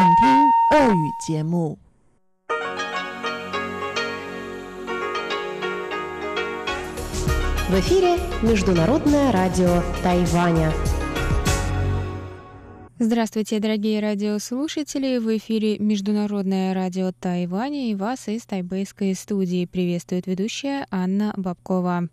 请听俄语节目。 В эфире Международное радио Тайваня. Здравствуйте, дорогие радиослушатели! В эфире Международное радио Тайваня и вас из тайбэйской студии приветствует ведущая Анна Бабкова.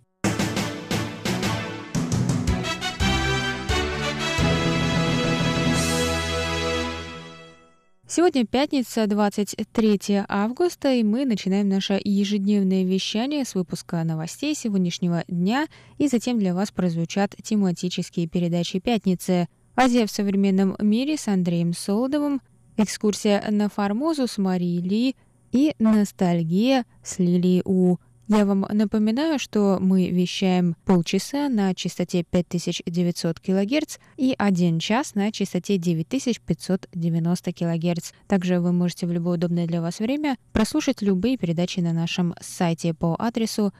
Сегодня пятница, 23 августа, и мы начинаем наше ежедневное вещание с выпуска новостей сегодняшнего дня, и затем для вас прозвучат тематические передачи пятницы. «Азия в современном мире» с Андреем Солодовым, экскурсия на Формозу с Марией Ли и «Ностальгия» с Лилией У. Я вам напоминаю, что мы вещаем полчаса на частоте 5900 кГц и 1 час на частоте 9590 кГц. Также вы можете в любое удобное для вас время прослушать любые передачи на нашем сайте по адресу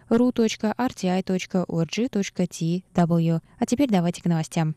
ru.rti.org.tw. А теперь давайте к новостям.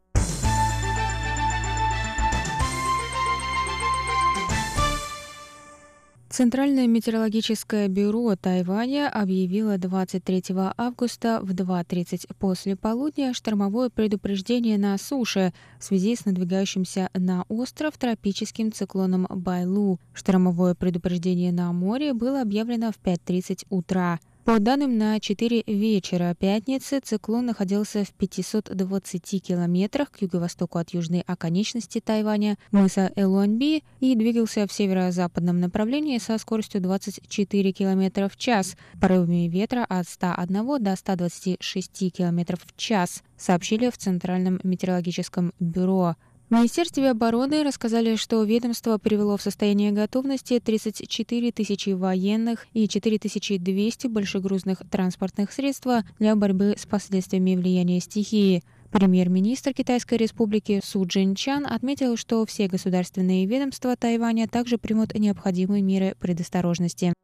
Центральное метеорологическое бюро Тайваня объявило 23 августа в 2:30 после полудня штормовое предупреждение на суше в связи с надвигающимся на остров тропическим циклоном Байлу. Штормовое предупреждение на море было объявлено в 5:30 утра. По данным на 4 вечера пятницы, циклон находился в 520 километрах к юго-востоку от южной оконечности Тайваня, мыса Элуаньби, и двигался в северо-западном направлении со скоростью 24 км в час, порывами ветра от 101 до 126 км в час, сообщили в Центральном метеорологическом бюро. В Министерстве обороны рассказали, что ведомство привело в состояние готовности 34 тысячи военных и 4200 большегрузных транспортных средств для борьбы с последствиями влияния стихии. Премьер-министр Китайской республики Су Чжэньчан отметил, что все государственные ведомства Тайваня также примут необходимые меры предосторожности.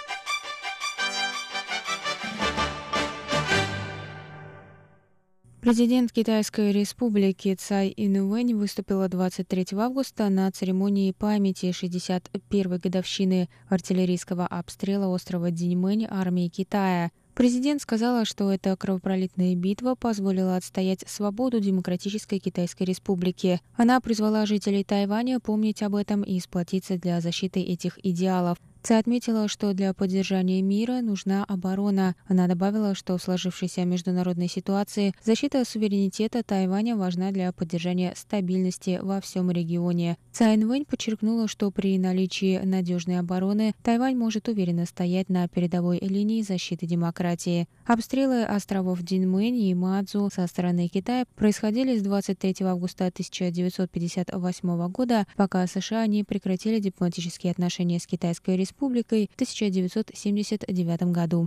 Президент Китайской республики Цай Инвэнь выступила 23 августа на церемонии памяти 61-й годовщины артиллерийского обстрела острова Диньмэнь армии Китая. Президент сказала, что эта кровопролитная битва позволила отстоять свободу Демократической Китайской Республики. Она призвала жителей Тайваня помнить об этом и сплотиться для защиты этих идеалов. Цай отметила, что для поддержания мира нужна оборона. Она добавила, что в сложившейся международной ситуации защита суверенитета Тайваня важна для поддержания стабильности во всем регионе. Цай Инвэнь подчеркнула, что при наличии надежной обороны Тайвань может уверенно стоять на передовой линии защиты демократии. Обстрелы островов Диньмэнь и Мадзу со стороны Китая происходили с 23 августа 1958 года, пока США не прекратили дипломатические отношения с Китайской Республикой в 1979 году.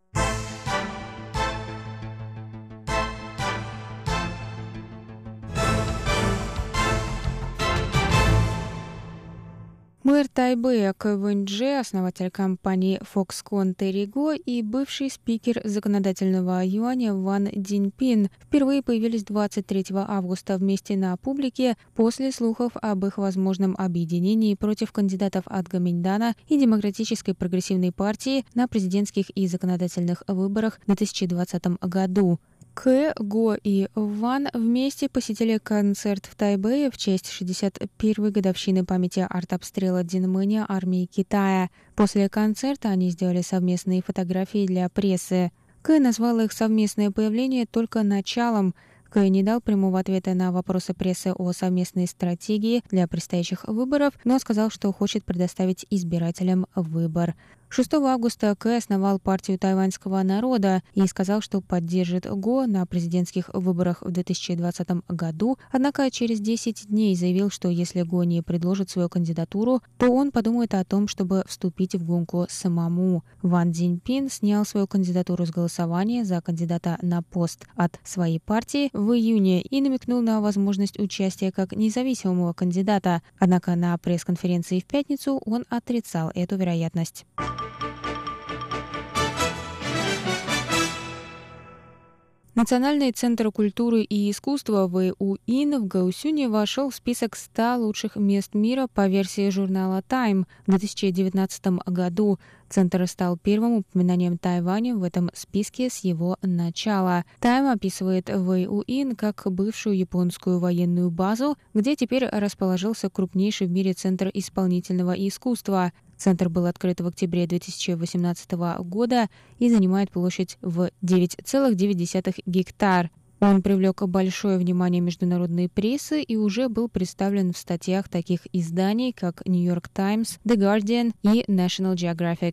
Мэр Тайбэя Кэ Вэньчжэ, основатель компании Foxconn Терри Го и бывший спикер законодательного юаня Ван Цзиньпин впервые появились 23 августа вместе на публике после слухов об их возможном объединении против кандидатов от Гоминьдана и Демократической прогрессивной партии на президентских и законодательных выборах в 2020 году. Кэ, Го и Ван вместе посетили концерт в Тайбэе в честь 61-й годовщины памяти артобстрела Диньмэня армии Китая. После концерта они сделали совместные фотографии для прессы. Кэ назвал их совместное появление только началом. Кэ не дал прямого ответа на вопросы прессы о совместной стратегии для предстоящих выборов, но сказал, что хочет предоставить избирателям выбор. 6 августа Кэ основал партию тайваньского народа и сказал, что поддержит Го на президентских выборах в 2020 году, однако через 10 дней заявил, что если Го не предложит свою кандидатуру, то он подумает о том, чтобы вступить в гонку самому. Ван Цзиньпин снял свою кандидатуру с голосования за кандидата на пост от своей партии в июне и намекнул на возможность участия как независимого кандидата, однако на пресс-конференции в пятницу он отрицал эту вероятность. Национальный центр культуры и искусства ВУИН в Гаосюне вошел в список 100 лучших мест мира по версии журнала Time в 2019 году. Центр стал первым упоминанием Тайваня в этом списке с его начала. Time описывает ВУИН как бывшую японскую военную базу, где теперь расположился крупнейший в мире центр исполнительного искусства. Центр был открыт в октябре 2018 года и занимает площадь в 9,9 гектар. Он привлек большое внимание международной прессы и уже был представлен в статьях таких изданий, как New York Times, The Guardian и National Geographic.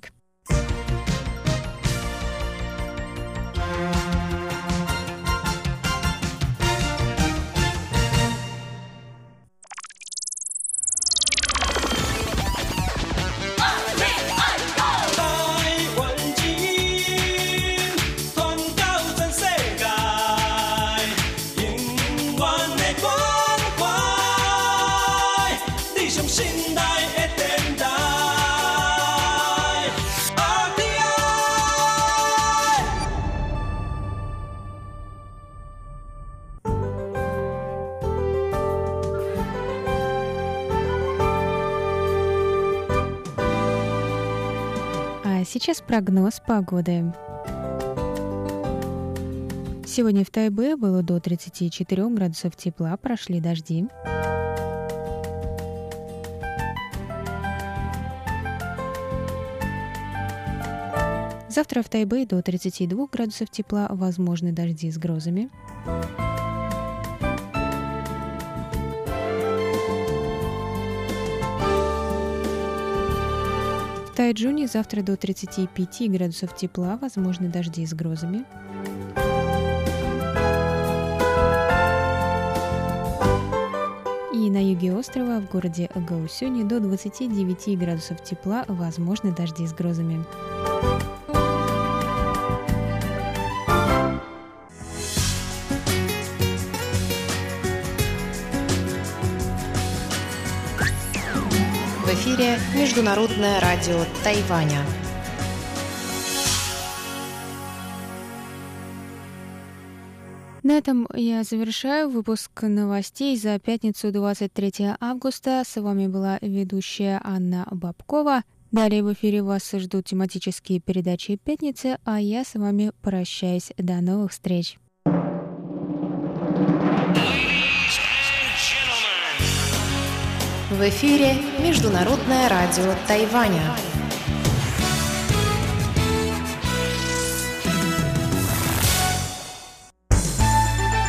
Сейчас прогноз погоды. Сегодня в Тайбе было до 34 градусов тепла, прошли дожди. Завтра в Тайбе до 32 градусов тепла, возможны дожди с грозами. В Тайчжуне завтра до 35 градусов тепла, возможны дожди с грозами. И на юге острова, в городе Гаосюне, до 29 градусов тепла, возможны дожди с грозами. В эфире Международное радио Тайваня. На этом я завершаю выпуск новостей за пятницу 23 августа. С вами была ведущая Анна Бабкова. Далее в эфире вас ждут тематические передачи пятницы, а я с вами прощаюсь. До новых встреч. В эфире Международное радио Тайваня.